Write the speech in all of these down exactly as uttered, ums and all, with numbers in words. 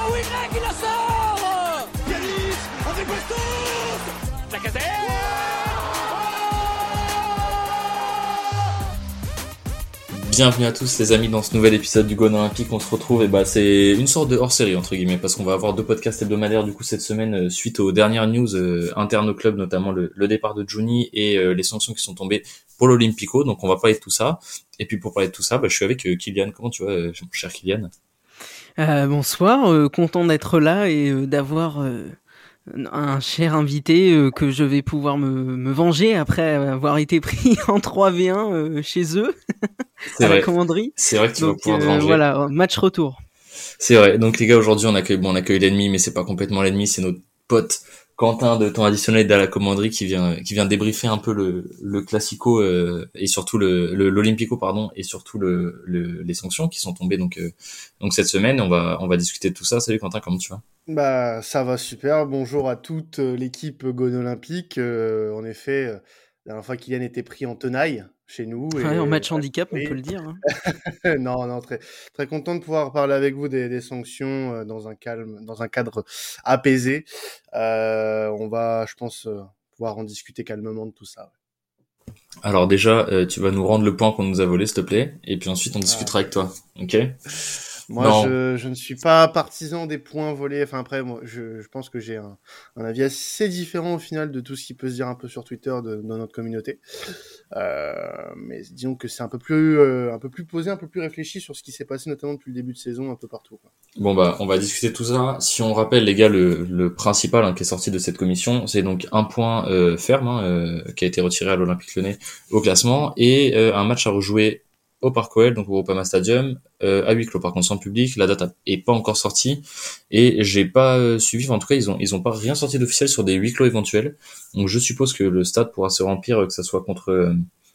Widra qui la sort. Yanis, André Bastos, Lacazette. Bienvenue à tous les amis dans ce nouvel épisode du Gone Olympique. On se retrouve et bah c'est une sorte de hors-série entre guillemets parce qu'on va avoir deux podcasts hebdomadaires du coup cette semaine euh, suite aux dernières news euh, internes au club, notamment le, le départ de Juni et euh, les sanctions qui sont tombées pour l'Olympico. Donc on va parler de tout ça. Et puis pour parler de tout ça, bah, je suis avec euh, Kylian. Comment tu vas, euh, mon cher Kylian? Euh, bonsoir, euh, content d'être là et euh, d'avoir euh, un cher invité euh, que je vais pouvoir me, me venger après avoir été pris en trois v un euh, chez eux C'est à vrai. la commanderie. C'est vrai que tu Donc, vas pouvoir te euh, venger. voilà, match retour. C'est vrai. Donc les gars, aujourd'hui on accueille bon on accueille l'ennemi, mais c'est pas complètement l'ennemi, c'est notre pote Quentin de temps additionnel de la commanderie qui vient qui vient débriefer un peu le le classico euh, et surtout le, le l'Olympico pardon et surtout le, le les sanctions qui sont tombées donc euh, donc cette semaine. On va on va discuter de tout ça. Salut Quentin, comment tu vas? Bah, ça va super. Bonjour à toute euh, l'équipe Gone Olympique. Euh, en effet, euh, la dernière fois Kylian était pris en tenaille chez nous. Et, Ouais, en match handicap, oui. on peut le dire. Hein. non, non, très, très content de pouvoir parler avec vous des, des sanctions euh, dans un calme, dans un cadre apaisé. Euh, on va, je pense, euh, pouvoir en discuter calmement de tout ça. Ouais. Alors déjà, euh, tu vas nous rendre le point qu'on nous a volé, s'il te plaît, et puis ensuite on discutera ah. avec toi, ok? Moi, je, je ne suis pas partisan des points volés. Enfin, après, moi, je, je pense que j'ai un, un avis assez différent au final de tout ce qui peut se dire un peu sur Twitter de, dans notre communauté. Euh, mais disons que c'est un peu plus, euh, un peu plus posé, un peu plus réfléchi sur ce qui s'est passé, notamment depuis le début de saison, un peu partout. Quoi. Bon bah, on va discuter de tout ça. Si on rappelle, les gars, le, le principal hein, qui est sorti de cette commission, c'est donc un point euh, ferme hein, euh, qui a été retiré à l'Olympique Lyonnais au classement et euh, un match à rejouer au Parc O L, donc au Groupama Stadium, euh, à huis clos par contre sans public. La date est pas encore sortie et j'ai pas euh, suivi. Enfin, en tout cas, ils ont ils ont pas rien sorti d'officiel sur des huis clos éventuels. Donc je suppose que le stade pourra se remplir, que ça soit contre. Euh,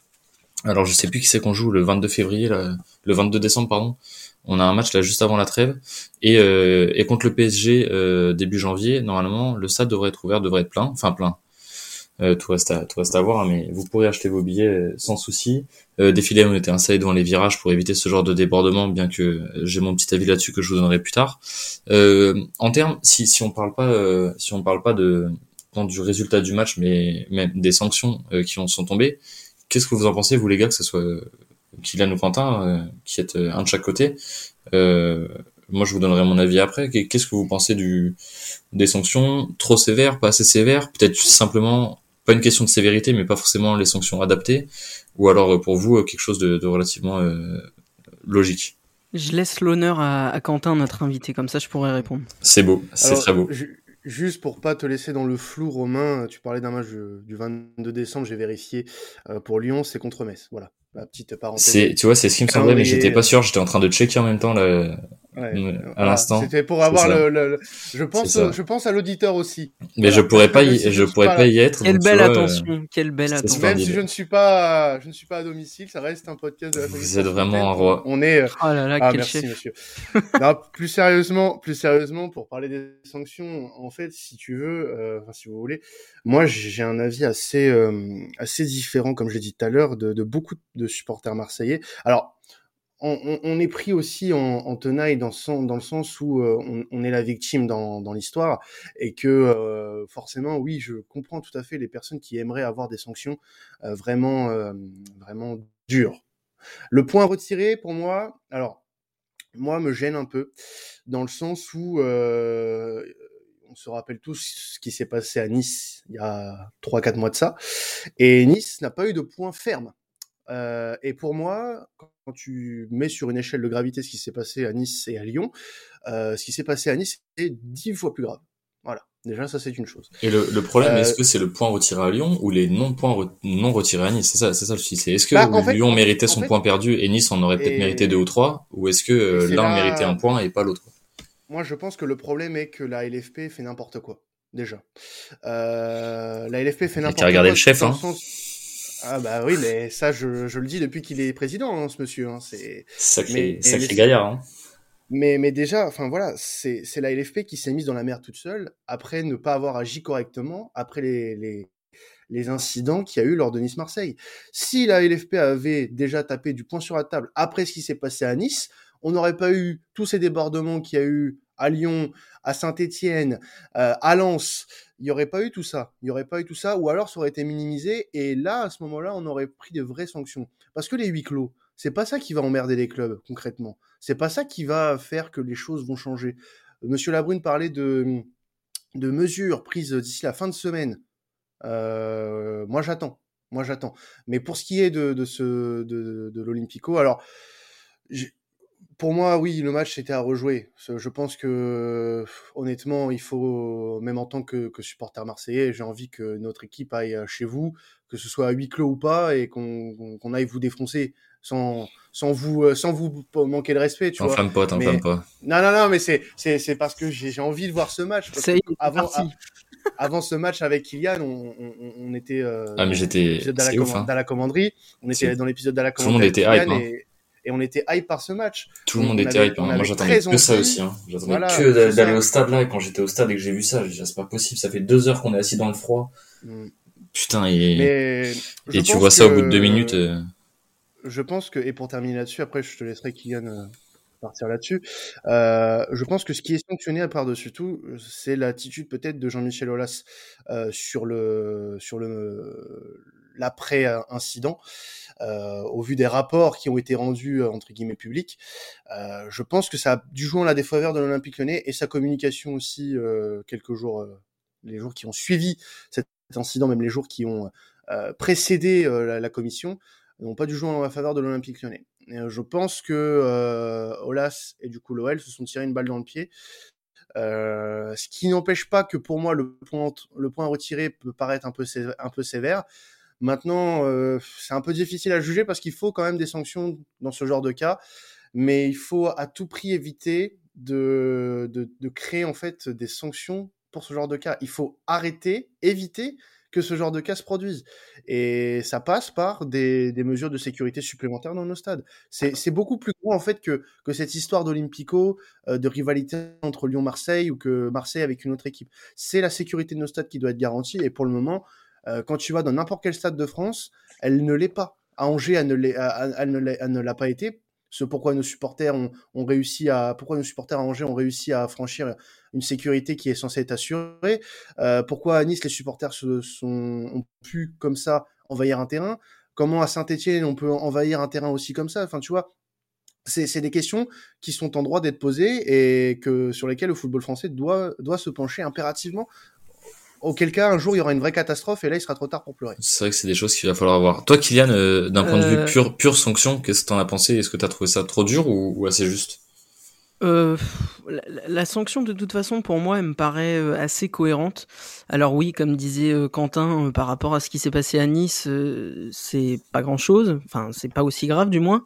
alors je sais plus qui c'est qu'on joue le vingt-deux février, là, le vingt-deux décembre pardon. On a un match là juste avant la trêve et euh, et contre le P S G euh, début janvier. Normalement, le stade devrait être ouvert, devrait être plein, enfin plein. Euh, tout reste à tout reste à voir, hein, mais vous pourrez acheter vos billets euh, sans souci. Euh, des filets ont été installés devant les virages pour éviter ce genre de débordement, bien que j'ai mon petit avis là-dessus que je vous donnerai plus tard. Euh, en termes, si si on parle pas euh, si on parle pas de non, du résultat du match, mais même des sanctions euh, qui en sont tombées, qu'est-ce que vous en pensez vous les gars, que ce soit euh, Kylian ou Quentin, euh, qui êtes un de chaque côté? Euh, moi je vous donnerai mon avis après. Qu'est-ce que vous pensez du des sanctions? Trop sévères, pas assez sévères, peut-être simplement pas une question de sévérité, mais pas forcément les sanctions adaptées, ou alors pour vous quelque chose de, de relativement euh, logique? Je laisse l'honneur à, à Quentin, notre invité, comme ça je pourrais répondre. C'est beau, c'est alors, très beau. Je, juste pour pas te laisser dans le flou, Romain, tu parlais d'un match du vingt-deux décembre, j'ai vérifié euh, pour Lyon, c'est contre Metz, voilà. La petite parenthèse. C'est, tu vois, c'est ce qui me semblait, mais j'étais pas sûr. J'étais en train de checker en même temps là, ouais, à voilà. l'instant. C'était pour avoir le, le, le, je pense, je pense à l'auditeur aussi. Mais voilà. je pourrais pas y, si je, je pourrais pas, pas y être. Quelle donc, belle vois, attention, euh, quelle belle attention. Même si je ne suis pas, je ne suis pas à domicile, ça reste un podcast de la Vous êtes vraiment un roi. On est. Oh là là, ah, quel merci, chef. monsieur. non, plus sérieusement, plus sérieusement, pour parler des sanctions, en fait, si tu veux, euh, enfin, si vous voulez, moi, j'ai un avis assez, euh, assez différent, comme je l'ai dit tout à l'heure, de, de beaucoup de supporters marseillais. Alors, on, on, on est pris aussi en, en tenaille dans, son, dans le sens où euh, on, on est la victime dans, dans l'histoire et que euh, forcément, oui, je comprends tout à fait les personnes qui aimeraient avoir des sanctions euh, vraiment, euh, vraiment dures. Le point retiré, pour moi, alors, moi, me gêne un peu dans le sens où euh, on se rappelle tous ce qui s'est passé à Nice il y a trois quatre mois de ça, et Nice n'a pas eu de point ferme. Euh, et pour moi, quand tu mets sur une échelle de gravité ce qui s'est passé à Nice et à Lyon, euh, ce qui s'est passé à Nice est dix fois plus grave. Voilà. Déjà, ça, c'est une chose. Et le, le problème, euh, est-ce que c'est le point retiré à Lyon ou les non-points re- non retirés à Nice? C'est ça, c'est ça le souci. C'est est-ce que bah, en fait, Lyon en méritait fait, son en fait, point perdu et Nice en aurait peut-être et... mérité deux ou trois, ou est-ce que euh, l'un là... méritait un point et pas l'autre? Moi, je pense que le problème est que la L F P fait n'importe quoi. Déjà. Euh, la L F P fait n'importe quoi. Regardez le chef, hein. Sens... Ah bah oui, mais ça, je, je le dis depuis qu'il est président, hein, ce monsieur. Hein, c'est sacré, mais, sacré mais, gaillard. Hein. Mais, mais déjà, enfin voilà, c'est, c'est la L F P qui s'est mise dans la merde toute seule après ne pas avoir agi correctement après les, les, les incidents qu'il y a eu lors de Nice-Marseille. Si la L F P avait déjà tapé du poing sur la table après ce qui s'est passé à Nice, on n'aurait pas eu tous ces débordements qu'il y a eu à Lyon, à Saint-Étienne, euh, à Lens, il y aurait pas eu tout ça. Il y aurait pas eu tout ça, ou alors ça aurait été minimisé. Et là, à ce moment-là, on aurait pris de vraies sanctions. Parce que les huis clos, c'est pas ça qui va emmerder les clubs concrètement. C'est pas ça qui va faire que les choses vont changer. Monsieur Labrune parlait de de mesures prises d'ici la fin de semaine. Euh, moi, j'attends. Moi, j'attends. Mais pour ce qui est de, de ce de, de l'Olympico, alors j'ai, pour moi, oui, le match c'était à rejouer. Je pense que honnêtement, il faut, même en tant que, que supporter marseillais, j'ai envie que notre équipe aille chez vous, que ce soit à huis clos ou pas, et qu'on, qu'on aille vous défoncer sans sans vous sans vous manquer de respect, tu vois. T'enflamme pas, t'enflamme pas. Non, non, non, mais c'est c'est c'est parce que j'ai, j'ai envie de voir ce match. Parce Ça y est, que avant, parti. avant ce match avec Kylian, on, on, on était euh, ah mais j'étais dans la, c'est ouf, hein. dans la commanderie. On était c'est... dans l'épisode de la commanderie. Tout le monde était hype, hein. et, et on était hype par ce match. Tout le monde on était avait, hype. Hein. Moi, j'attendais que ça aussi. Hein. J'attendais voilà, que d'aller, d'aller au stade là. Et quand j'étais au stade et que j'ai vu ça, j'ai dit, c'est pas possible. Ça fait deux heures qu'on est assis dans le froid. Mm. Putain, et, Mais et tu vois ça que... au bout de deux minutes. Euh... Je pense que, et pour terminer là-dessus, après, je te laisserai Kylian euh, partir là-dessus. Euh, je pense que ce qui est sanctionné à par-dessus tout, c'est l'attitude peut-être de Jean-Michel Aulas euh, sur le sur le l'après-incident. Euh, au vu des rapports qui ont été rendus entre guillemets publics, euh, je pense que ça a dû jouer en la défaveur de l'Olympique Lyonnais et sa communication aussi euh, quelques jours, euh, les jours qui ont suivi cet incident, même les jours qui ont euh, précédé euh, la, la commission, n'ont pas dû jouer en la faveur de l'Olympique Lyonnais. Et, euh, je pense que euh, Aulas et du coup l'O L se sont tirés une balle dans le pied. Euh, ce qui n'empêche pas que pour moi le point le point retiré peut paraître un peu sévère, un peu sévère. Maintenant, euh, c'est un peu difficile à juger parce qu'il faut quand même des sanctions dans ce genre de cas, mais il faut à tout prix éviter de, de, de créer en fait des sanctions pour ce genre de cas. Il faut arrêter, éviter que ce genre de cas se produise. Et ça passe par des, des mesures de sécurité supplémentaires dans nos stades. C'est, c'est beaucoup plus gros en fait que, que cette histoire d'Olympico, euh, de rivalité entre Lyon-Marseille ou que Marseille avec une autre équipe. C'est la sécurité de nos stades qui doit être garantie et pour le moment, Euh, quand tu vas dans n'importe quel stade de France, elle ne l'est pas. À Angers, elle ne, l'est, elle, elle, ne, l'est, elle ne l'a pas été. Ce pourquoi nos supporters ont, ont réussi à, pourquoi nos supporters à Angers ont réussi à franchir une sécurité qui est censée être assurée. Euh, pourquoi à Nice les supporters se sont, ont pu comme ça envahir un terrain. Comment à Saint-Étienne on peut envahir un terrain aussi comme ça. Enfin, tu vois. C'est, c'est des questions qui sont en droit d'être posées et que sur lesquelles le football français doit, doit se pencher impérativement. Auquel cas, un jour, il y aura une vraie catastrophe et là, il sera trop tard pour pleurer. C'est vrai que c'est des choses qu'il va falloir voir. Toi, Kylian, euh, d'un point euh... de vue pure, pure sanction, qu'est-ce que t'en as pensé ? Est-ce que t'as trouvé ça trop dur ou, ou assez juste ? Euh, la, la sanction, de toute façon, pour moi, elle me paraît assez cohérente. Alors oui, comme disait Quentin, euh, par rapport à ce qui s'est passé à Nice, euh, c'est pas grand-chose. Enfin, c'est pas aussi grave, du moins.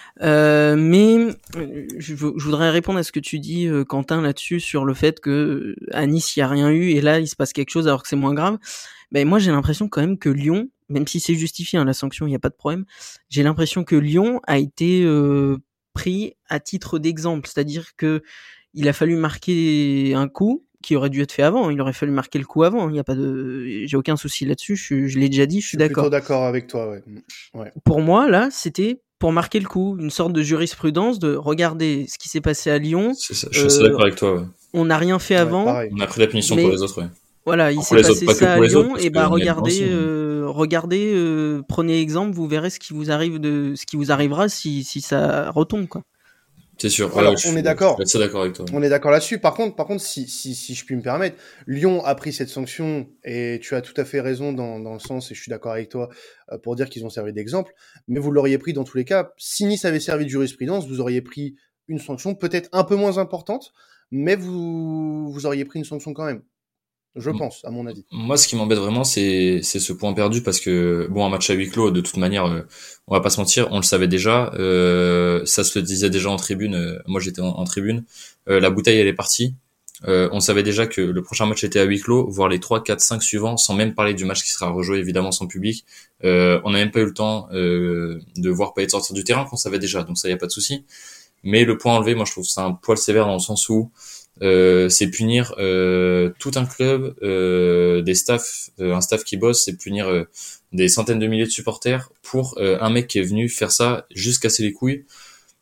Euh, mais je, je voudrais répondre à ce que tu dis, euh, Quentin, là-dessus, sur le fait que à Nice, il y a rien eu et là, il se passe quelque chose alors que c'est moins grave. Ben moi, j'ai l'impression quand même que Lyon, même si c'est justifié, hein, la sanction, il n'y a pas de problème, j'ai l'impression que Lyon a été euh, pris à titre d'exemple, c'est-à-dire que il a fallu marquer un coup qui aurait dû être fait avant. Il aurait fallu marquer le coup avant. Il y a pas de, j'ai aucun souci là-dessus. Je, je l'ai déjà dit. Je suis d'accord. Je suis plutôt d'accord avec toi. Ouais. Ouais. Pour moi, là, c'était pour marquer le coup, une sorte de jurisprudence de regarder ce qui s'est passé à Lyon. C'est ça, je suis euh, d'accord avec toi. Ouais. On n'a rien fait ouais, avant. Pareil. On a pris la punition pour les autres. Ouais. Voilà, il pour s'est passé autres, ça à Lyon autres, et bah regardez, aussi, euh, regardez, euh, prenez exemple, vous verrez ce qui vous arrive de, ce qui vous arrivera si si ça retombe quoi. C'est sûr. Alors, ouais, on suis, est d'accord. Je suis d'accord avec toi. On est d'accord là-dessus. Par contre, par contre, si, si, si je puis me permettre, Lyon a pris cette sanction et tu as tout à fait raison dans, dans le sens, et je suis d'accord avec toi, euh, pour dire qu'ils ont servi d'exemple. Mais vous l'auriez pris dans tous les cas. Si Nice avait servi de jurisprudence, vous auriez pris une sanction peut-être un peu moins importante, mais vous, vous auriez pris une sanction quand même. Je pense, à mon avis. Moi, ce qui m'embête vraiment, c'est, c'est ce point perdu parce que, bon, un match à huis clos, de toute manière, euh, on va pas se mentir, on le savait déjà, euh, ça se le disait déjà en tribune, euh, moi j'étais en, en tribune, euh, la bouteille elle est partie, euh, on savait déjà que le prochain match était à huis clos, voire les trois, quatre, cinq suivants, sans même parler du match qui sera rejoué évidemment sans public, euh, on n'a même pas eu le temps euh, de voir Payet sortir du terrain qu'on savait déjà, donc ça y a pas de souci. Mais le point enlevé, moi je trouve ça un poil sévère dans le sens où Euh, c'est punir euh, tout un club, euh, des staffs, euh, un staff qui bosse, c'est punir euh, des centaines de milliers de supporters pour euh, un mec qui est venu faire ça, juste casser les couilles.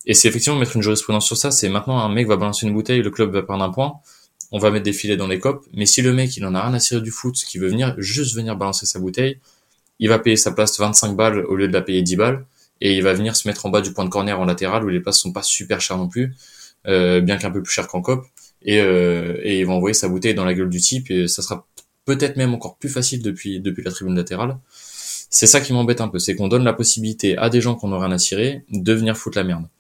Et c'est effectivement mettre une jurisprudence sur ça, c'est maintenant un mec va balancer une bouteille, le club va perdre un point, on va mettre des filets dans les copes, mais si le mec il en a rien à cirer du foot, qui veut venir juste venir balancer sa bouteille, il va payer sa place vingt-cinq balles au lieu de la payer dix balles, et il va venir se mettre en bas du point de corner en latéral où les places sont pas super chères non plus, euh, bien qu'un peu plus chères qu'en cop, et, euh, et il va envoyer sa bouteille dans la gueule du type, et ça sera peut-être même encore plus facile depuis, depuis la tribune latérale. C'est ça qui m'embête un peu, c'est qu'on donne la possibilité à des gens qu'on n'a rien à cirer de venir foutre la merde.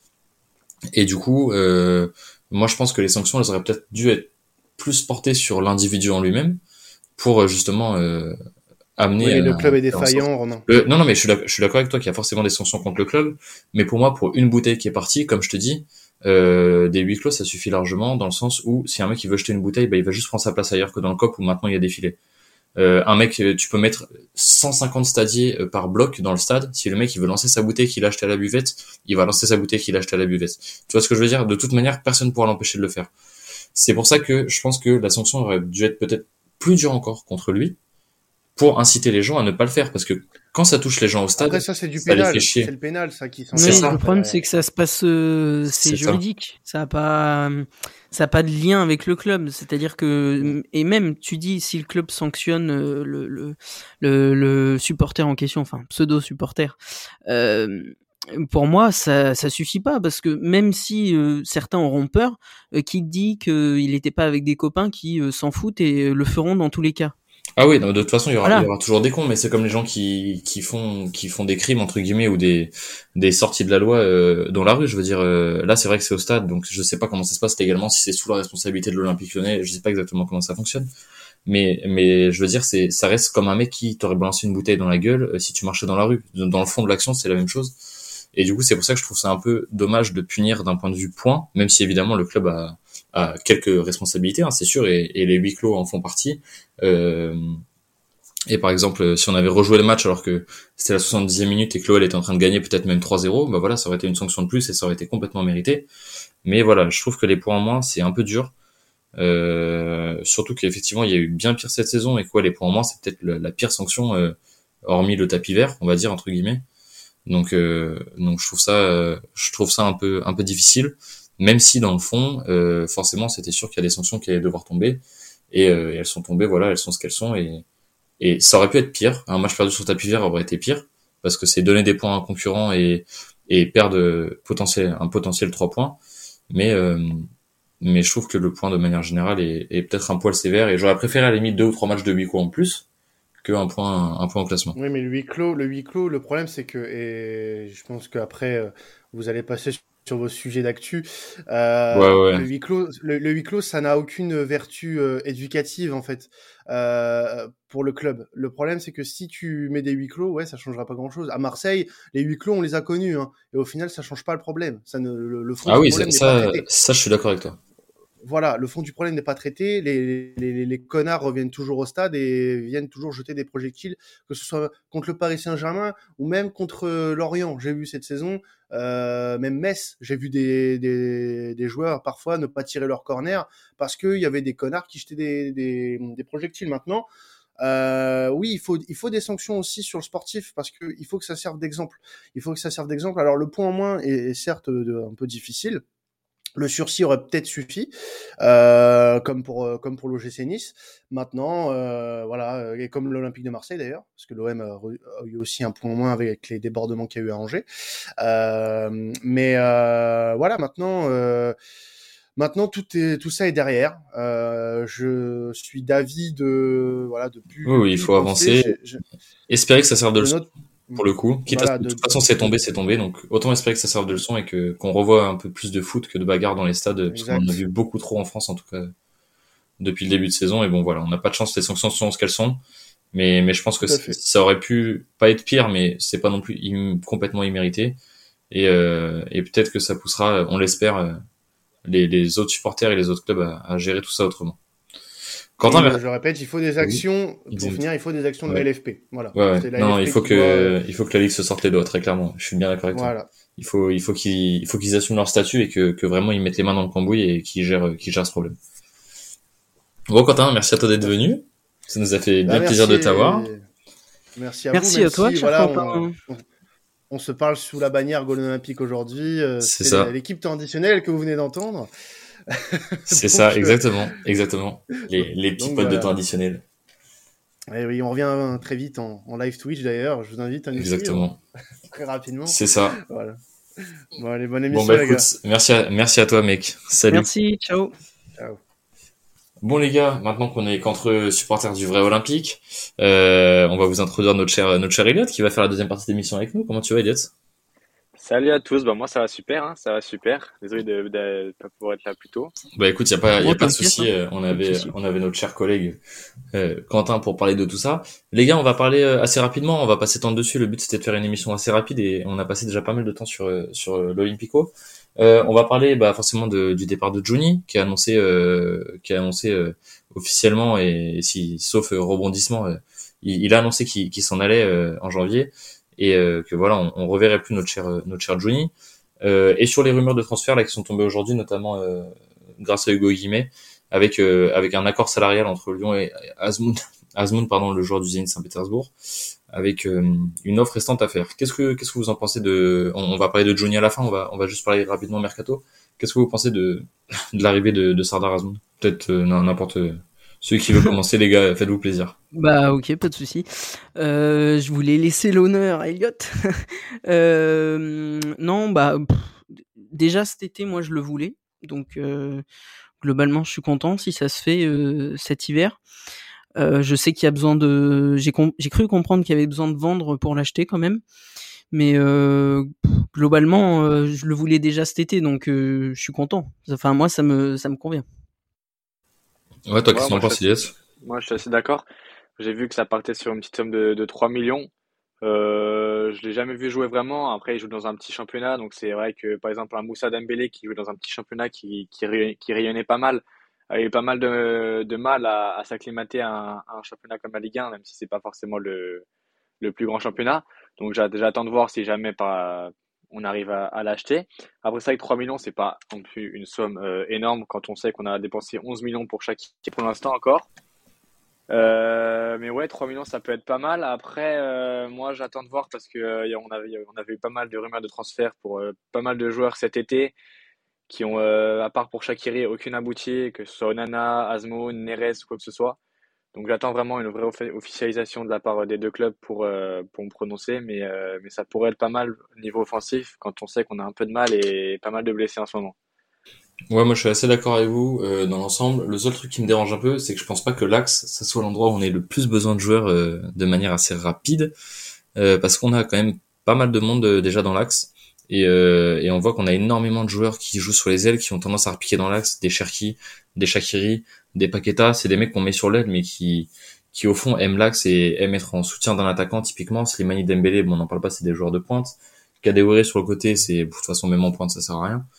Et du coup, euh, moi je pense que les sanctions, elles auraient peut-être dû être plus portées sur l'individu en lui-même pour justement euh, amener. Oui, à, le club est défaillant, Romain. Le, non, non, mais je suis, d'accord, je suis d'accord avec toi qu'il y a forcément des sanctions contre le club, mais pour moi, pour une bouteille qui est partie, comme je te dis, euh, des huis clos, ça suffit largement dans le sens où si un mec il veut jeter une bouteille, bah il va juste prendre sa place ailleurs que dans le cop où maintenant il y a des filets. Euh, un mec, tu peux mettre cent cinquante stadiers par bloc dans le stade. Si le mec il veut lancer sa bouteille qu'il a achetée à la buvette, il va lancer sa bouteille qu'il a achetée à la buvette. Tu vois ce que je veux dire? De toute manière, personne pourra l'empêcher de le faire. C'est pour ça que je pense que la sanction aurait dû être peut-être plus dure encore contre lui pour inciter les gens à ne pas le faire, parce que quand ça touche les gens au stade, après ça c'est du ça pénal, les fait chier. C'est le pénal ça qui s'en Oui, ça. le problème c'est que ça se passe, euh, c'est, C'est juridique, ça. ça a pas, ça a pas de lien avec le club. C'est-à-dire que, et même tu dis si le club sanctionne euh, le, le le le supporter en question, enfin pseudo supporter. Euh, Pour moi, ça ça suffit pas parce que même si euh, certains auront peur, euh, qui dit qu'il était pas avec des copains qui euh, s'en foutent et euh, le feront dans tous les cas. Ah oui, non, de toute façon, il y aura, Voilà. il y aura toujours des cons, mais c'est comme les gens qui, qui font, qui font des crimes, entre guillemets, ou des, des sorties de la loi, euh, dans la rue. Je veux dire, euh, là, c'est vrai que c'est au stade, donc je sais pas comment ça se passe légalement, si c'est sous la responsabilité de l'Olympique Lyonnais, je sais pas exactement comment ça fonctionne. Mais, mais, je veux dire, c'est, ça reste comme un mec qui t'aurait balancé une bouteille dans la gueule, euh, si tu marchais dans la rue. Dans le fond de l'action, c'est la même chose. Et du coup, c'est pour ça que je trouve ça un peu dommage de punir d'un point de vue point, même si évidemment le club a, a quelques responsabilités, hein, c'est sûr, et, et les huis clos en font partie. Euh, Et par exemple, si on avait rejoué le match alors que c'était la soixante-dixième minute et que l'O L était en train de gagner peut-être même trois zéro, bah voilà, ça aurait été une sanction de plus et ça aurait été complètement mérité. Mais voilà, je trouve que les points en moins, c'est un peu dur. Euh, surtout qu'effectivement, il y a eu bien pire cette saison et quoi, les points en moins, c'est peut-être la, la pire sanction, euh, hormis le tapis vert, on va dire, entre guillemets. Donc, euh, donc je trouve ça, euh, je trouve ça un peu, un peu difficile. Même si dans le fond, euh, forcément, c'était sûr qu'il y a des sanctions qui allaient devoir tomber. Et, euh, et elles sont tombées, voilà, elles sont ce qu'elles sont et Et ça aurait pu être pire. Un match perdu sur tapis vert aurait été pire parce que c'est donner des points à un concurrent et, et perdre potentiel, un potentiel trois points. Mais, euh, mais je trouve que le point de manière générale est, est peut-être un poil sévère et j'aurais préféré à la limite deux ou trois matchs de huis clos en plus qu'un point, un point au classement. Oui, mais le huis clos, le huis clos, le problème c'est que, et je pense qu'après euh, vous allez passer sur vos sujets d'actu. Euh, ouais, ouais. Le huis clos, le, le huis clos, ça n'a aucune vertu euh, éducative en fait euh, pour le club. Le problème, c'est que si tu mets des huis clos, ouais, ça changera pas grand-chose. À Marseille, les huis clos, on les a connus, hein, et au final, ça change pas le problème. Ça ne, le, le fond ah du oui, problème ça, n'est ça, pas traité. ça, je suis d'accord avec toi. Voilà, le fond du problème n'est pas traité, les, les, les connards reviennent toujours au stade et viennent toujours jeter des projectiles, que ce soit contre le Paris Saint-Germain ou même contre Lorient, j'ai vu cette saison, euh, même Metz, j'ai vu des, des, des joueurs parfois ne pas tirer leur corner parce qu'il y avait des connards qui jetaient des, des, des projectiles. Maintenant, euh, oui, il faut, il faut des sanctions aussi sur le sportif parce qu'il faut que ça serve d'exemple. Il faut que ça serve d'exemple. Alors le point en moins est, est certes de, un peu difficile. Le sursis aurait peut-être suffi, euh, comme pour euh, comme pour l'O G C Nice. Maintenant, euh, voilà, et comme l'Olympique de Marseille d'ailleurs, parce que l'O M a, a eu aussi un point en moins avec les débordements qu'il y a eu à Angers. Euh, mais euh, voilà, maintenant, euh, maintenant tout est tout ça est derrière. Euh, je suis d'avis de voilà de plus. Oui, oui, il faut avancer. Je, je, Espérer que ça serve de leçon. Notre... Pour le coup, quitte voilà, à, de, de toute façon c'est tombé, c'est tombé, donc autant espérer que ça serve de leçon et que qu'on revoie un peu plus de foot que de bagarre dans les stades, parce qu'on en a vu beaucoup trop en France en tout cas depuis le début de saison. Et bon voilà, on n'a pas de chance, les sanctions sont ce qu'elles sont, mais mais je pense que ça aurait pu pas être pire, mais c'est pas non plus im- complètement immérité. Et euh, et peut-être que ça poussera, on l'espère, les les autres supporters et les autres clubs à, à gérer tout ça autrement. Quentin, mais je le répète, il faut des actions. Oui. Pour finir, il faut des actions de ouais. L F P. Voilà. Ouais, ouais. Non, il faut que doit... il faut que la ligue se sorte les doigts, très clairement. Je suis bien d'accord avec voilà. toi. Il faut il faut qu'ils il faut qu'ils assument leur statut et que que vraiment ils mettent les mains dans le cambouis et qu'ils gèrent qu'ils gèrent ce problème. Bon, Quentin, merci à toi d'être venu. Ça nous a fait bien bah, plaisir de t'avoir. Merci à merci vous. À toi, si, voilà, on, on, on se parle sous la bannière Golden Olympique aujourd'hui. Euh, C'est c'est ça. l'équipe traditionnelle que vous venez d'entendre. C'est Donc, ça, euh, exactement, exactement. Les, les petits Donc, potes de voilà. temps additionnels. Eh oui, on revient très vite en, en live Twitch d'ailleurs. Je vous invite à nous Exactement. suivre très rapidement. C'est ça. Voilà. Bon, allez, bonne Bon, émission, bah les écoute, gars. merci à, merci à toi, mec. Salut. Merci, ciao. Ciao. Bon, les gars, maintenant qu'on est qu'entre supporters du vrai Olympique, euh, on va vous introduire notre cher, notre cher Elliot qui va faire la deuxième partie de l'émission avec nous. Comment tu vas, Elliot? Salut à tous, bah moi ça va super, hein, ça va super. Désolé de ne pas pouvoir être là plus tôt. Bah écoute, y a pas, y a Bon, pas de t'inquiète, souci. hein. euh, On Pas de avait, souci. on avait notre cher collègue euh, Quentin pour parler de tout ça. Les gars, on va parler euh, assez rapidement. On va pas s'étendre dessus. Le but c'était de faire une émission assez rapide et on a passé déjà pas mal de temps sur euh, sur euh, l'Olympico. Euh, on va parler bah forcément de, du départ de Juni qui a annoncé, euh, qui a annoncé euh, officiellement et, et si sauf euh, rebondissement, euh, il, il a annoncé qu'il, qu'il s'en allait euh, en janvier et euh, que voilà, on, on reverrait plus notre cher euh, notre cher Juni. Euh, et sur les rumeurs de transfert là qui sont tombées aujourd'hui, notamment euh, grâce à Hugo Guillemet, avec euh, avec un accord salarial entre Lyon et Azmoun, Azmoun pardon, le joueur du Zénith Saint-Pétersbourg, avec euh, une offre restante à faire. Qu'est-ce que qu'est-ce que vous en pensez de on, on va parler de Johnny à la fin, on va on va juste parler rapidement mercato. Qu'est-ce que vous pensez de de l'arrivée de, de Sardar Azmoun? Peut-être euh, non, n'importe euh, celui qui veut commencer, les gars, faites-vous plaisir. Bah ok, pas de souci. Euh, je voulais laisser l'honneur à Elliot. euh, non, bah pff, déjà cet été, moi je le voulais, donc euh, globalement je suis content si ça se fait euh, cet hiver. Euh, je sais qu'il y a besoin de, j'ai com- j'ai cru comprendre qu'il y avait besoin de vendre pour l'acheter quand même, mais euh, pff, globalement euh, je le voulais déjà cet été, donc euh, je suis content. Enfin moi ça me ça me convient. Ouais, toi, Ouais, qu'est-ce que moi t'en je penses, suis Elias? assez, moi je suis assez d'accord. J'ai vu que ça partait sur une petite somme de, de trois millions. Euh, je l'ai jamais vu jouer vraiment. Après, il joue dans un petit championnat, donc c'est vrai que par exemple un Moussa Dembélé qui joue dans un petit championnat qui qui, ray- qui rayonnait pas mal, a eu pas mal de, de mal à, à s'acclimater à un, à un championnat comme la Ligue un, même si c'est pas forcément le le plus grand championnat. Donc j'a- j'attends de voir si jamais pas, on arrive à, à l'acheter. Après ça, avec trois millions, c'est pas non plus une somme euh, énorme quand on sait qu'on a dépensé onze millions pour chaque équipe pour l'instant encore. Euh, mais ouais, trois millions, ça peut être pas mal. Après, euh, moi, j'attends de voir parce que euh, y a- on avait, on avait eu pas mal de rumeurs de transfert pour euh, pas mal de joueurs cet été qui ont, euh, à part pour Shaqiri, aucune abouti, que ce soit Onana, Azmoun, Neres ou quoi que ce soit. Donc j'attends vraiment une vraie offi- officialisation de la part des deux clubs pour, euh, pour me prononcer, mais, euh, mais ça pourrait être pas mal au niveau offensif quand on sait qu'on a un peu de mal et pas mal de blessés en ce moment. Ouais, moi je suis assez d'accord avec vous euh, dans l'ensemble. Le seul truc qui me dérange un peu, c'est que je pense pas que l'axe, ça soit l'endroit où on ait le plus besoin de joueurs euh, de manière assez rapide, euh, parce qu'on a quand même pas mal de monde euh, déjà dans l'axe, et, euh, et on voit qu'on a énormément de joueurs qui jouent sur les ailes, qui ont tendance à repiquer dans l'axe, des Cherki, des Shaqiri, des Paqueta, c'est des mecs qu'on met sur l'aile, mais qui qui au fond aiment l'axe et aiment être en soutien d'un attaquant. Typiquement, Slimani, Dembélé, bon on n'en parle pas, c'est des joueurs de pointe. Kadewere sur le côté, c'est de toute façon même en pointe, ça sert à rien.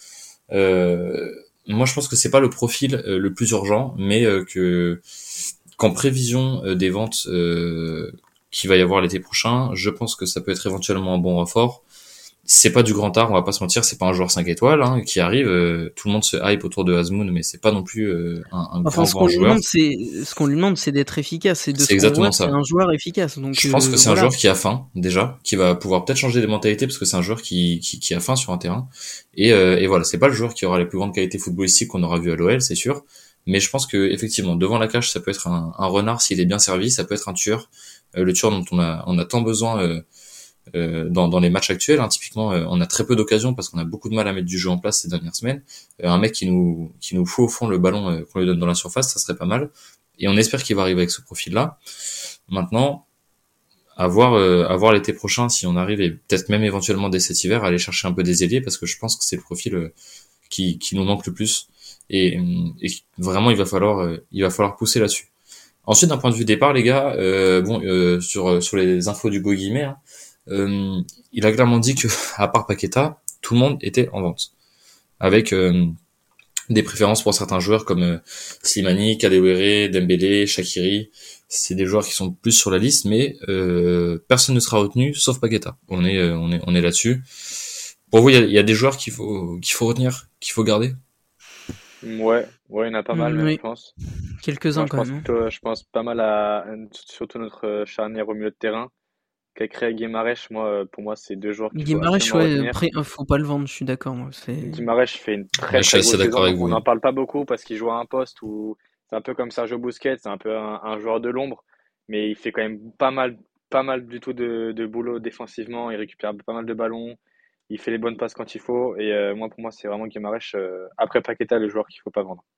Euh, moi, je pense que c'est pas le profil euh, le plus urgent, mais euh, que qu'en prévision euh, des ventes euh, qu'il va y avoir l'été prochain, je pense que ça peut être éventuellement un bon renfort. C'est pas du grand art, on va pas se mentir, c'est pas un joueur cinq étoiles hein, qui arrive. Euh, tout le monde se hype autour de Azmoun, mais c'est pas non plus euh, un, un Enfin, grand ce qu'on grand lui joueur. demande, c'est ce qu'on lui demande, c'est d'être efficace. Et de C'est ce qu'on exactement voit, c'est ça. un joueur efficace. Donc, Je pense que euh, c'est un voilà. joueur qui a faim déjà, qui va pouvoir peut-être changer des mentalités parce que c'est un joueur qui, qui, qui a faim sur un terrain. Et, euh, et voilà, c'est pas le joueur qui aura les plus grandes qualités footballistiques qu'on aura vu à l'O L, c'est sûr. Mais je pense que effectivement, devant la cage, ça peut être un, un renard s'il est bien servi, ça peut être un tueur, euh, le tueur dont on a, on a tant besoin euh, euh, dans, dans les matchs actuels. Hein. Typiquement, euh, on a très peu d'occasions parce qu'on a beaucoup de mal à mettre du jeu en place ces dernières semaines. Euh, un mec qui nous, qui nous fout au fond le ballon euh, qu'on lui donne dans la surface, ça serait pas mal. Et on espère qu'il va arriver avec ce profil-là. Maintenant, à voir, euh, à voir l'été prochain si on arrive et peut-être même éventuellement dès cet hiver à aller chercher un peu des ailiers parce que je pense que c'est le profil euh, qui, qui nous manque le plus et, et vraiment il va falloir euh, il va falloir pousser là-dessus. Ensuite d'un point de vue départ les gars, euh, bon euh, sur sur les infos du Go Guillemet, hein, euh, il a clairement dit que à part Paqueta, tout le monde était en vente avec euh, des préférences pour certains joueurs comme euh, Slimani, Kadewere, Dembélé, Shaqiri. C'est des joueurs qui sont plus sur la liste, mais euh, personne ne sera retenu sauf Paqueta. On est, euh, on est, on est là-dessus. Pour vous, il y a, il y a des joueurs qu'il faut, qu'il faut retenir, qu'il faut garder. Ouais, ouais, il y en a pas mal Mm, même, je oui, pense. quelques-uns Moi, je quand pense même. plutôt, je pense pas mal à surtout notre charnière au milieu de terrain. Cacré et Guimarães, moi, pour moi, c'est deux joueurs qu'il faut Guimarães, absolument ouais, retenir. après, faut pas le vendre, je suis d'accord, moi. C'est... Guimarães fait une très Ouais, je suis très assez grosse d'accord saison. avec vous. On Oui. n'en parle pas beaucoup parce qu'il joue à un poste où c'est un peu comme Sergio Busquets, c'est un peu un, un joueur de l'ombre, mais il fait quand même pas mal, pas mal du tout de, de boulot défensivement. Il récupère pas mal de ballons, il fait les bonnes passes quand il faut. Et euh, moi, pour moi, c'est vraiment Guimarães, euh, après Paqueta, le joueur qu'il faut pas vendre.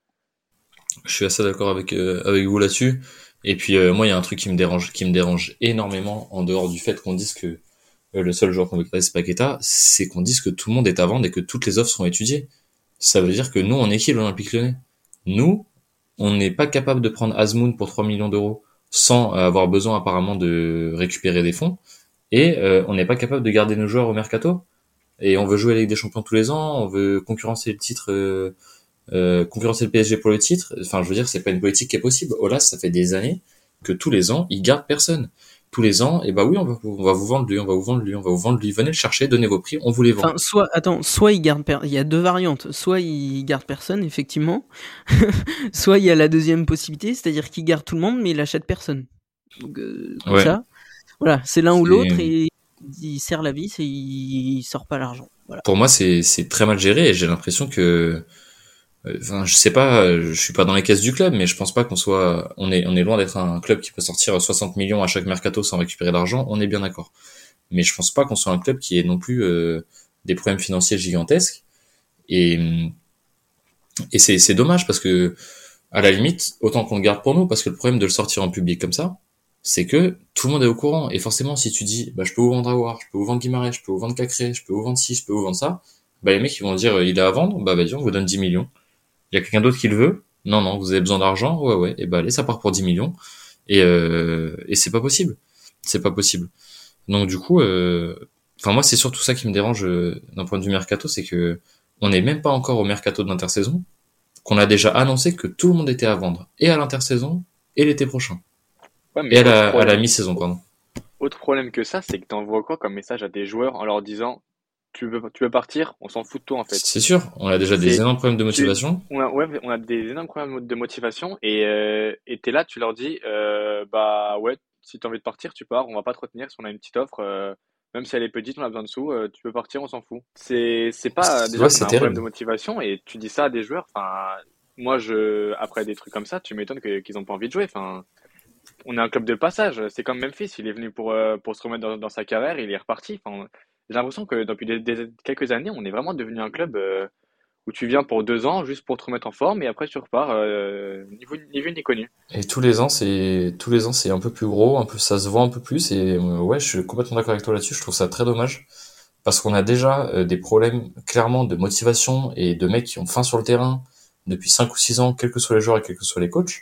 Je suis assez d'accord avec euh, avec vous là-dessus. Et puis euh, moi, il y a un truc qui me dérange, qui me dérange énormément en dehors du fait qu'on dise que euh, le seul joueur qu'on veut créer, c'est Paqueta, c'est qu'on dise que tout le monde est à vendre et que toutes les offres seront étudiées. Ça veut dire que nous, on est qui l'Olympique Lyonnais? Nous, on n'est pas capable de prendre Azmoun pour trois millions d'euros sans avoir besoin apparemment de récupérer des fonds. Et euh, on n'est pas capable de garder nos joueurs au mercato. Et on veut jouer la Ligue des Champions tous les ans, on veut concurrencer le titre, euh, euh, concurrencer le P S G pour le titre. Enfin, je veux dire, c'est pas une politique qui est possible. Olas, ça fait des années que tous les ans, il garde personne. Tous les ans, et bah oui, on va, on va vous vendre lui, on va vous vendre lui, on va vous vendre lui. Venez le chercher, donnez vos prix, on vous les vend. Enfin, soit, attends, soit il garde, per... il y a deux variantes. Soit il garde personne, effectivement. Soit il y a la deuxième possibilité, c'est-à-dire qu'il garde tout le monde, mais il achète personne. Donc, euh, comme Ouais. ça. Voilà, c'est l'un ou C'est- l'autre et il serre la vis et il sort pas l'argent. Voilà. Pour moi, c'est c'est très mal géré et j'ai l'impression que, euh, enfin, je sais pas, euh, je suis pas dans les caisses du club, mais je pense pas qu'on soit, on est on est loin d'être un club qui peut sortir soixante millions à chaque mercato sans récupérer d'argent. On est bien d'accord. Mais je pense pas qu'on soit un club qui ait non plus euh, des problèmes financiers gigantesques. Et et c'est c'est dommage parce que à la limite, autant qu'on le garde pour nous, parce que le problème de le sortir en public comme ça, c'est que tout le monde est au courant. Et forcément, si tu dis, bah, je peux vous vendre Aouar, je peux vous vendre Guimarães, je peux vous vendre Cacré, je peux vous vendre ci, je peux vous vendre ça, bah, les mecs, ils vont dire, euh, il est à vendre, bah, vas-y, on vous donne dix millions. Il y a quelqu'un d'autre qui le veut? Non, non, vous avez besoin d'argent? Ouais, ouais. Et bah, allez, ça part pour dix millions. Et, euh, et c'est pas possible. C'est pas possible. Donc, du coup, euh, enfin, moi, c'est surtout ça qui me dérange, euh, d'un point de vue mercato, c'est que on n'est même pas encore au mercato de l'intersaison, qu'on a déjà annoncé que tout le monde était à vendre, et à l'intersaison, et l'été prochain. Ouais, Et mais à autre la, à la problème, mi-saison, pardon. autre problème que ça, c'est que t'envoies quoi comme message à des joueurs en leur disant, tu veux, tu veux partir, on s'en fout de toi en fait. C'est sûr, on a déjà des C'est, énormes problèmes de tu, motivation. on a, ouais, on a des énormes problèmes de motivation et euh, et t'es là, tu leur dis, euh, bah ouais, si t'as envie de partir, tu pars, on va pas te retenir, si on a une petite offre, euh, même si elle est petite, on a besoin de sous, euh, tu peux partir, on s'en fout. C'est, c'est pas, C'est- déjà Ouais, qu'on c'est a un problème de terrible. motivation et tu dis ça à des joueurs, enfin, moi je, après des trucs comme ça, tu m'étonnes que, qu'ils ont pas envie de jouer, enfin, on est un club de passage, c'est comme Memphis, il est venu pour, euh, pour se remettre dans, dans sa carrière, il est reparti, enfin, j'ai l'impression que depuis des, des- quelques années, on est vraiment devenu un club, euh, où tu viens pour deux ans juste pour te remettre en forme et après tu repars euh, ni vu ni vu ni connu. Et tous les ans, c'est tous les ans, c'est un peu plus gros, un peu, ça se voit un peu plus. Et euh, ouais, je suis complètement d'accord avec toi là-dessus. Je trouve ça très dommage parce qu'on a déjà euh, des problèmes clairement de motivation et de mecs qui ont faim sur le terrain depuis cinq ou six ans, quels que soient les joueurs et quels que soient les coachs.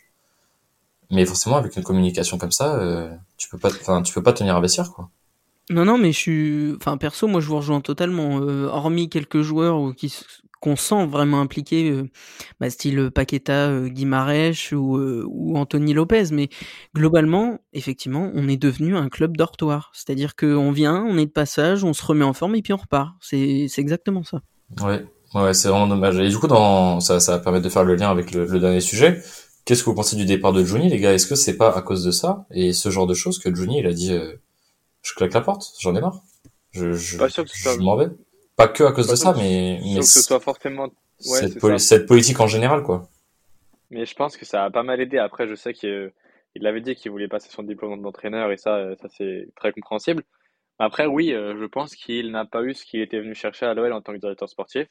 Mais forcément, avec une communication comme ça, euh, tu peux pas, enfin, tu peux pas tenir un vestiaire, quoi. Non, non, mais je suis, enfin perso, moi je vous rejoins totalement. Euh, hormis quelques joueurs où- qui s- qu'on sent vraiment impliqués, euh, bah, style Paqueta, euh, Guimarães ou, euh, ou Anthony Lopez, mais globalement, effectivement, on est devenu un club dortoir. C'est-à-dire qu'on vient, on est de passage, on se remet en forme et puis on repart. C'est, c'est exactement ça. Ouais, ouais, c'est vraiment dommage. Et du coup, dans ça, ça va permettre de faire le lien avec le, le dernier sujet. Qu'est-ce que vous pensez du départ de Juni, les gars? Est-ce que c'est pas à cause de ça et ce genre de choses que Juni, il a dit, euh, je claque la porte, j'en ai marre, je, je, Pas sûr que ce je soit, m'en vais. Pas que à cause pas de sûr ça, que, mais mais sûr que ce soit forcément. Ouais, cette c'est poli- ça. cette politique en général, quoi. Mais je pense que ça a pas mal aidé. Après, je sais qu'il il avait dit qu'il voulait passer son diplôme d'entraîneur et ça, euh, ça c'est très compréhensible. Après, oui, euh, je pense qu'il n'a pas eu ce qu'il était venu chercher à l'O L en tant que directeur sportif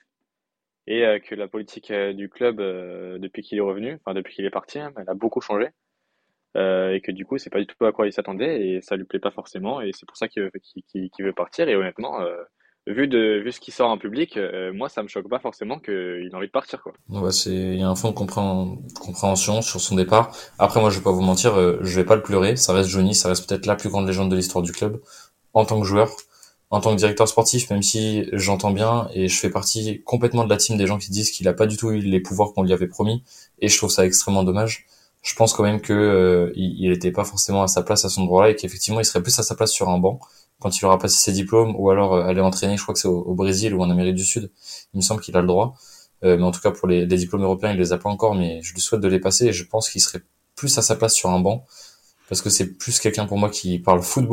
et euh, que la politique euh, du club euh, depuis qu'il est revenu, enfin depuis qu'il est parti, hein, elle a beaucoup changé. Euh, et que du coup c'est pas du tout à quoi il s'attendait et ça lui plaît pas forcément et c'est pour ça qu'il veut, qu'il, qu'il- qu'il veut partir et honnêtement euh, vu de vu ce qui sort en public euh, moi ça me choque pas forcément qu'il ait envie de partir quoi. Ouais, c'est, il y a un fond de compréhen- compréhension sur son départ. Après, moi, je vais pas vous mentir, euh, je vais pas le pleurer. Ça reste Johnny, ça reste peut-être la plus grande légende de l'histoire du club. En tant que joueur, en tant que directeur sportif, même si j'entends bien et je fais partie complètement de la team des gens qui disent qu'il a pas du tout eu les pouvoirs qu'on lui avait promis et je trouve ça extrêmement dommage. Je pense quand même que euh, il, il était pas forcément à sa place à son endroit-là et qu'effectivement il serait plus à sa place sur un banc quand il aura passé ses diplômes ou alors euh, aller entraîner, je crois que c'est au, au Brésil ou en Amérique du Sud. Il me semble qu'il a le droit. Euh, mais en tout cas pour les, les diplômes européens, il les a pas encore, mais je lui souhaite de les passer et je pense qu'il serait plus à sa place sur un banc parce que c'est plus quelqu'un pour moi qui parle football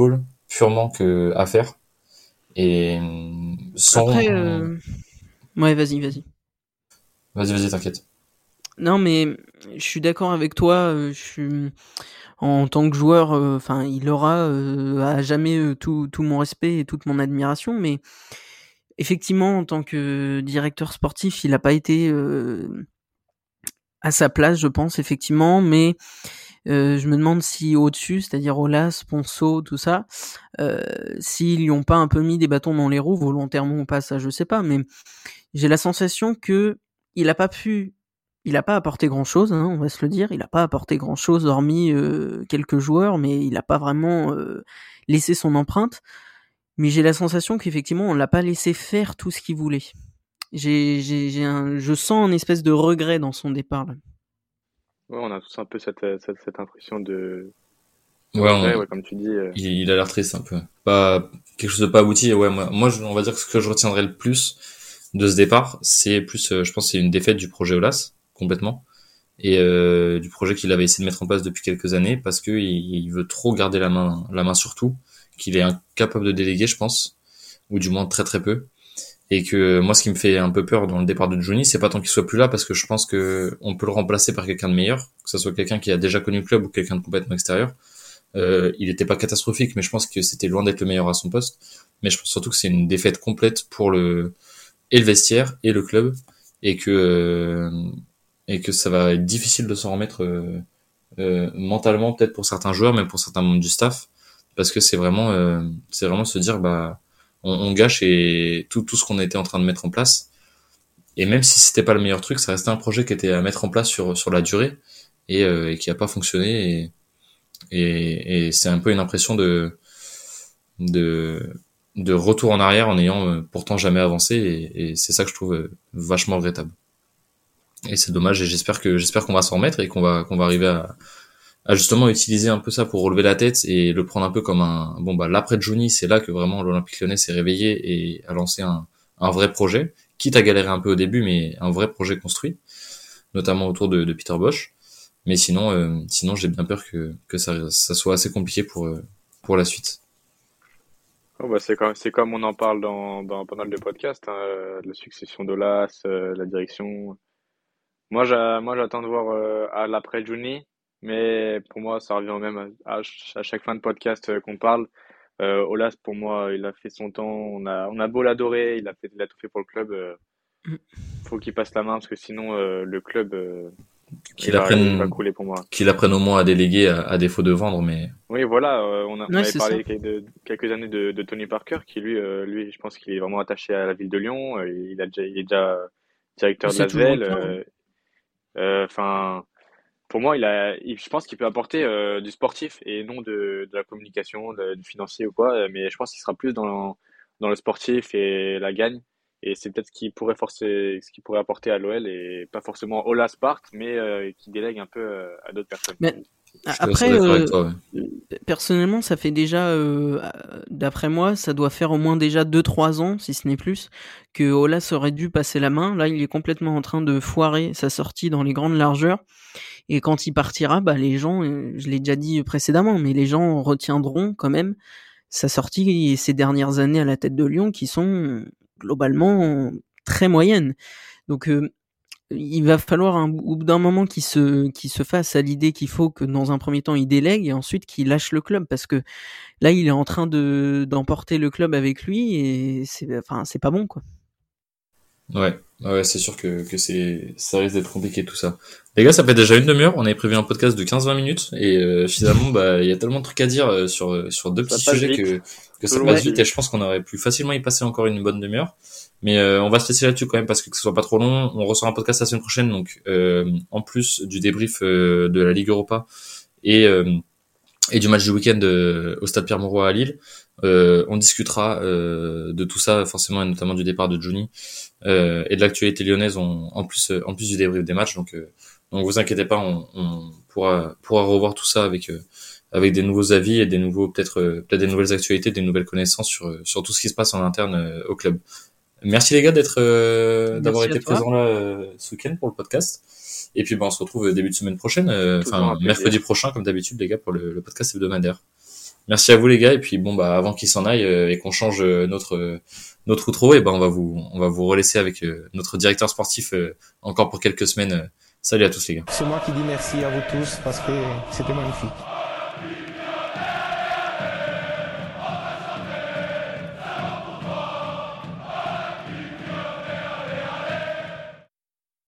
purement que affaire et sans. Après, euh... ouais, vas-y, vas-y. Vas-y, vas-y, t'inquiète. Non, mais je suis d'accord avec toi. euh, Je suis en tant que joueur, enfin, euh, il aura euh, à jamais euh, tout, tout mon respect et toute mon admiration, mais effectivement, en tant que directeur sportif, il n'a pas été euh, à sa place, je pense, effectivement, mais euh, je me demande si au-dessus, c'est-à-dire Aulas, Ponceau, tout ça, euh, s'ils lui ont pas un peu mis des bâtons dans les roues, volontairement ou pas, ça je sais pas, mais j'ai la sensation que il a pas pu, il a pas apporté grand-chose, hein, on va se le dire, il a pas apporté grand-chose hormis euh, quelques joueurs, mais il a pas vraiment euh, laissé son empreinte. Mais j'ai la sensation qu'effectivement, on l'a pas laissé faire tout ce qu'il voulait. J'ai, j'ai, j'ai un, je sens une espèce de regret dans son départ là. Ouais, on a tous un peu cette, cette, cette impression de, de Ouais, regret, on- ouais, comme tu dis. euh. il, il a l'air triste un peu. Pas quelque chose de pas abouti. Et ouais, moi, moi, je- on va dire que ce que je retiendrai le plus de ce départ, c'est plus, euh, je pense, que c'est une défaite du projet Olas complètement et euh, du projet qu'il avait essayé de mettre en place depuis quelques années parce que il, il veut trop garder la main, la main sur tout, qu'il est incapable de déléguer, je pense, ou du moins très très peu. Et que moi, ce qui me fait un peu peur dans le départ de Juni, c'est pas tant qu'il soit plus là, parce que je pense que on peut le remplacer par quelqu'un de meilleur, que ce soit quelqu'un qui a déjà connu le club ou quelqu'un de complètement extérieur. Euh, il était pas catastrophique, mais je pense que c'était loin d'être le meilleur à son poste. Mais je pense surtout que c'est une défaite complète pour le et le vestiaire et le club, et que euh, et que ça va être difficile de s'en remettre euh, euh, mentalement, peut-être pour certains joueurs, même pour certains membres du staff, parce que c'est vraiment euh, c'est vraiment se dire bah on, on gâche et tout tout ce qu'on était en train de mettre en place. Et même si c'était pas le meilleur truc, ça restait un projet qui était à mettre en place sur sur la durée et, euh, et qui a pas fonctionné. Et, et, et c'est un peu une impression de de de retour en arrière en ayant euh, pourtant jamais avancé. Et, et c'est ça que je trouve euh, vachement regrettable. Et c'est dommage. Et j'espère que j'espère qu'on va s'en remettre et qu'on va qu'on va arriver à à justement utiliser un peu ça pour relever la tête et le prendre un peu comme un bon bah l'après Juni, c'est là que vraiment l'Olympique Lyonnais s'est réveillé et a lancé un un vrai projet, quitte à galérer un peu au début, mais un vrai projet construit, notamment autour de, de Peter Bosz. Mais sinon euh, sinon j'ai bien peur que que ça ça soit assez compliqué pour euh, pour la suite. Oh, bah, c'est comme, c'est comme on en parle dans, dans pas mal de podcasts, hein, euh, la succession d'Olas, euh, la direction. Moi, j'a- moi, j'attends de voir euh, à l'après Juni, mais pour moi, ça revient au même à, à ch- à chaque fin de podcast euh, qu'on parle. Euh, Olas, pour moi, il a fait son temps. On a, on a beau l'adorer, il a fait, il a tout fait pour le club. Euh, faut qu'il passe la main parce que sinon, euh, le club, euh, il Qu'il va, il va apprenne couler pour moi. qu'il apprenne au moins à déléguer à, à défaut de vendre, mais Oui, voilà, euh, on a, on Ouais, avait c'est ça. parlé quel- de, quelques années de, de Tony Parker, qui lui, euh, lui, je pense qu'il est vraiment attaché à la ville de Lyon. euh, Il a déjà, il est déjà directeur de C'est toujours le l'A S V L. cas, hein. euh, euh, Enfin, pour moi, il a, il- je pense qu'il peut apporter euh, du sportif et non de, de la communication, de- du financier ou quoi. euh, Mais je pense qu'il sera plus dans, dans le sportif et la gagne. Et c'est peut-être ce qui pourrait forcer, ce qui pourrait apporter à l'O L et pas forcément Ola Spart, mais euh, qui délègue un peu euh, à d'autres personnes. Mais je suis assez après, d'accord avec euh, toi. Ouais. personnellement, ça fait déjà, euh, d'après moi, ça doit faire au moins déjà deux trois ans, si ce n'est plus, que Olas aurait dû passer la main. Là, il est complètement en train de foirer sa sortie dans les grandes largeurs. Et quand il partira, bah, les gens, euh, je l'ai déjà dit précédemment, mais les gens retiendront quand même sa sortie et ses dernières années à la tête de Lyon qui sont globalement très moyennes. Donc, euh, il va falloir un, au bout d'un moment qu'il se, qu'il se fasse à l'idée qu'il faut que dans un premier temps il délègue et ensuite qu'il lâche le club parce que là il est en train de d'emporter le club avec lui et c'est, enfin c'est pas bon quoi. Ouais, ouais, c'est sûr que, que c'est, ça risque d'être compliqué tout ça. Les gars, ça fait déjà une demi-heure. On avait prévu un podcast de quinze vingt minutes et euh, finalement, bah, il y a tellement de trucs à dire euh, sur sur deux Ça petits passe sujets vite. que que ça Toujours passe aussi vite et vite. je pense qu'on aurait pu facilement y passer encore une bonne demi-heure. Mais euh, on va se laisser là-dessus quand même parce que que ce soit pas trop long. On ressort un podcast la semaine prochaine, donc euh, en plus du débrief euh, de la Ligue Europa et euh, et du match du week-end euh, au Stade Pierre-Mauroy à Lille. Euh, on discutera euh, de tout ça forcément et notamment du départ de Juni euh, et de l'actualité lyonnaise en, en plus euh, en plus du débrief des matchs. Donc euh, donc vous inquiétez pas, on, on pourra pourra revoir tout ça avec euh, avec des nouveaux avis et des nouveaux peut-être euh, peut-être des nouvelles actualités, des nouvelles connaissances sur euh, sur tout ce qui se passe en interne euh, au club. Merci les gars d'être euh, d'avoir Merci à été toi. présents là euh, ce week-end pour le podcast. Et puis ben on se retrouve début de semaine prochaine, euh, Toujours enfin un plaisir. mercredi prochain comme d'habitude les gars pour le, le podcast hebdomadaire. Merci à vous les gars, et puis bon bah avant qu'il s'en aille euh, et qu'on change euh, notre euh, notre outro, et ben on va vous on va vous relaisser avec euh, notre directeur sportif euh, encore pour quelques semaines. Salut à tous les gars. C'est moi qui dis merci à vous tous parce que c'était magnifique.